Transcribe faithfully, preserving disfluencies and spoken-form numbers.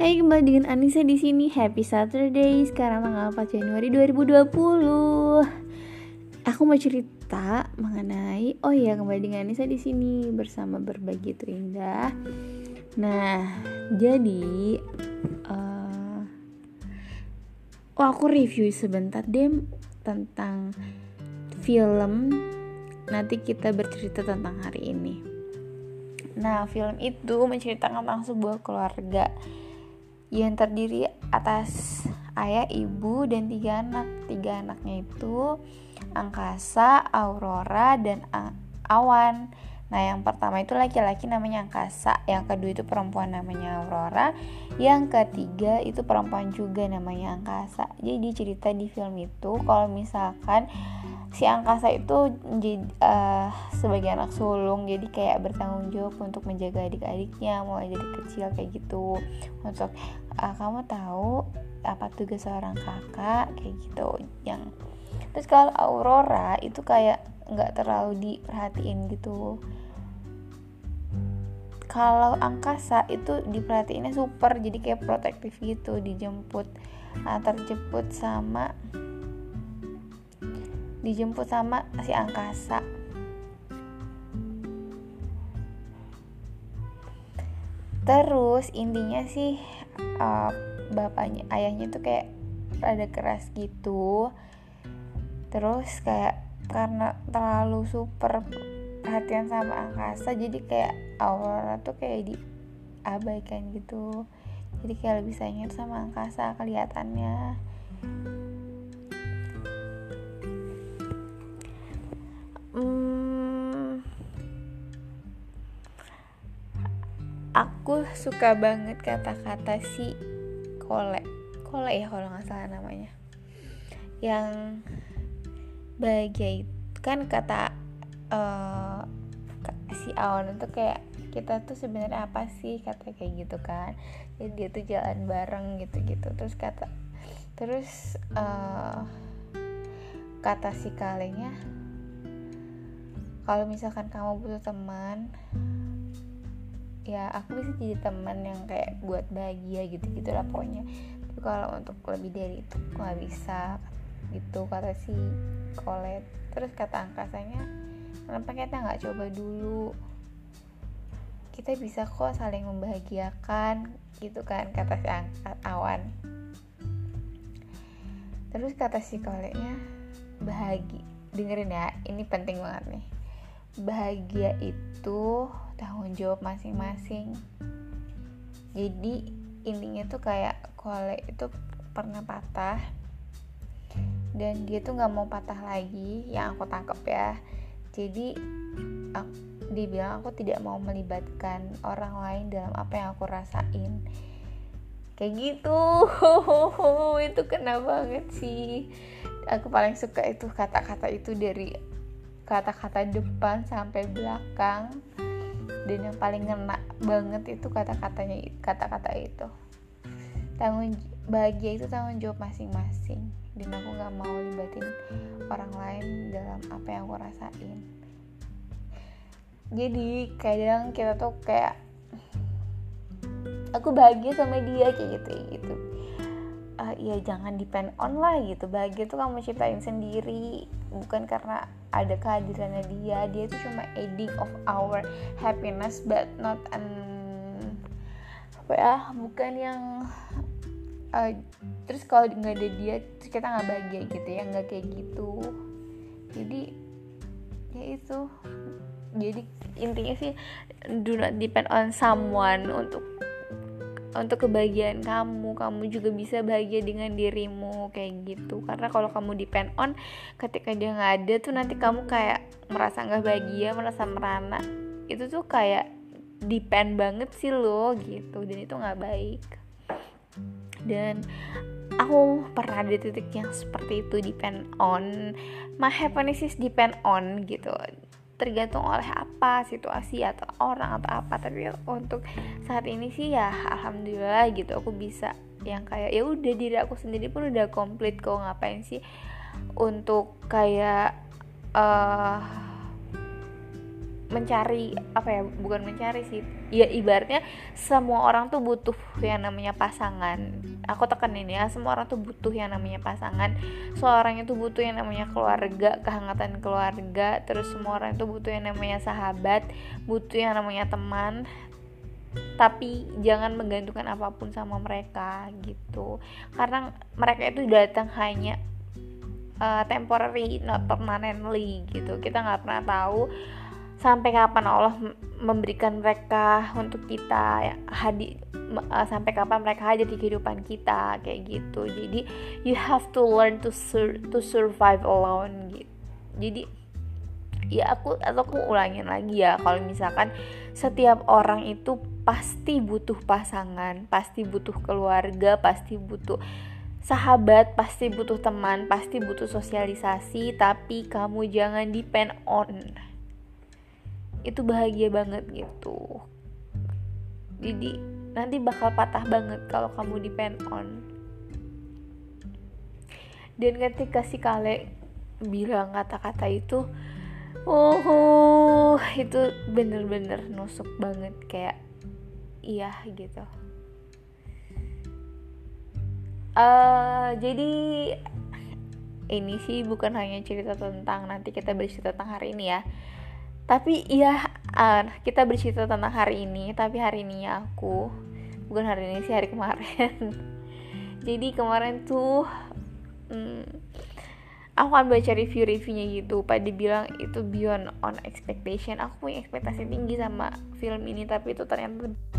Hai, kembali dengan Anissa di sini. Happy Saturday. Sekarang tanggal empat Januari dua ribu dua puluh. Aku mau cerita mengenai oh ya kembali dengan Anissa di sini bersama berbagi terindah. Nah, jadi uh, oh aku review sebentar deh tentang film. Nanti kita bercerita tentang hari ini. Nah, film itu menceritakan tentang sebuah keluarga yang terdiri atas ayah, ibu, dan tiga anak. Tiga anaknya itu Angkasa, Aurora, dan Awan. Nah, yang pertama itu laki-laki namanya Angkasa, yang kedua itu perempuan namanya Aurora, yang ketiga itu perempuan juga namanya Angkasa. Jadi cerita di film itu kalau misalkan si Angkasa itu jadi, uh, sebagai anak sulung, jadi kayak bertanggung jawab untuk menjaga adik-adiknya mulai dari kecil kayak gitu. Untuk uh, kamu tahu apa tugas seorang kakak kayak gitu. Yang terus kalau Aurora itu kayak nggak terlalu diperhatiin gitu. Kalau Angkasa itu diperhatiinnya super, jadi kayak protektif gitu, dijemput, uh, terjemput sama dijemput sama si Angkasa. Terus intinya sih uh, bapaknya, ayahnya tuh kayak rada keras gitu. Terus kayak karena terlalu super perhatian sama Angkasa, jadi kayak Aurora tuh kayak diabaikan gitu. Jadi kayak lebih sayang sama Angkasa kelihatannya. Hmm, aku suka banget kata-kata si Kole, Kole ya kalau nggak salah namanya. Yang bahagia itu kan kata uh, si Awan itu kayak kita tuh sebenarnya apa sih, kata kayak gitu kan. Jadi dia tuh jalan bareng gitu-gitu. Terus kata terus uh, kata si Kalenya, kalau misalkan kamu butuh teman, ya aku bisa jadi teman yang kayak buat bahagia gitu-gitu lah pokoknya. Tapi kalau untuk lebih dari itu aku nggak bisa gitu, kata si Colette. Terus kata Angkasanya, kenapa kita nggak coba dulu, kita bisa kok saling membahagiakan gitu kan, kata si Awan. Terus kata si Colette-nya, bahagia, dengerin ya, ini penting banget nih, bahagia itu tanggung jawab masing-masing. Jadi intinya tuh kayak Kole itu pernah patah dan dia tuh nggak mau patah lagi, yang aku tangkap ya. Jadi aku, dia bilang aku tidak mau melibatkan orang lain dalam apa yang aku rasain, kayak gitu. Itu kena banget sih. Aku paling suka itu kata-kata itu, dari kata-kata depan sampai belakang. Dan yang paling ngena banget itu kata-katanya, kata-kata itu. Tanggung bahagia itu tanggung jawab masing-masing. Dan aku nggak mau libatin orang lain dalam apa yang aku rasain. Jadi kadang kita tuh kayak, aku bahagia sama dia kayak gitu gitu. Uh, ya jangan depend on lah gitu. Bahagia tuh kamu ciptain sendiri, bukan karena ada kehadirannya dia. Dia itu cuma aiding of our happiness, but not an apa ya, bukan yang uh, terus kalau nggak ada dia terus kita nggak bahagia gitu ya, nggak kayak gitu. Jadi ya itu, jadi intinya sih do not depend on someone untuk untuk kebahagiaan kamu. Kamu juga bisa bahagia dengan dirimu kayak gitu. Karena kalau kamu depend on, ketika dia nggak ada tuh nanti kamu kayak merasa nggak bahagia, merasa merana. Itu tuh kayak depend banget sih lo gitu, dan itu nggak baik. Dan aku pernah di titik yang seperti itu, depend on, my happiness is depend on gitu, tergantung oleh apa, situasi atau orang atau apa. Tapi untuk saat ini sih ya alhamdulillah gitu, aku bisa yang kayak ya udah, diri aku sendiri pun udah komplit kok. Ngapain sih untuk kayak uh, mencari apa ya, bukan mencari sih ya, ibaratnya semua orang tuh butuh yang namanya pasangan. Aku tekenin ya, semua orang tuh butuh yang namanya pasangan. Seorang itu butuh yang namanya keluarga, kehangatan keluarga. Terus semua orang itu butuh yang namanya sahabat, butuh yang namanya teman. Tapi jangan menggantungkan apapun sama mereka gitu, karena mereka itu datang hanya uh, temporary, not permanently gitu. Kita nggak pernah tahu sampai kapan Allah memberikan mereka untuk kita, ya, hadir uh, sampai kapan mereka hadir di kehidupan kita kayak gitu. Jadi you have to learn to sur- to survive alone gitu. Jadi ya aku atau aku ulangin lagi ya, kalau misalkan setiap orang itu pasti butuh pasangan, pasti butuh keluarga, pasti butuh sahabat, pasti butuh teman, pasti butuh sosialisasi. Tapi kamu jangan depend on, itu bahagia banget gitu. Jadi nanti bakal patah banget kalau kamu depend on. Dan ketika si Kale bilang kata-kata itu, oh itu bener-bener nusuk banget, kayak iya gitu. Uh, jadi ini sih bukan hanya cerita tentang nanti kita bercerita tentang hari ini ya, tapi iya uh, kita bercerita tentang hari ini, tapi hari ininya aku, bukan hari ini sih, hari kemarin. Jadi kemarin tuh hmm, aku kan baca review-reviewnya gitu, pada dibilang itu beyond on expectation. Aku punya ekspektasi tinggi sama film ini, tapi itu ternyata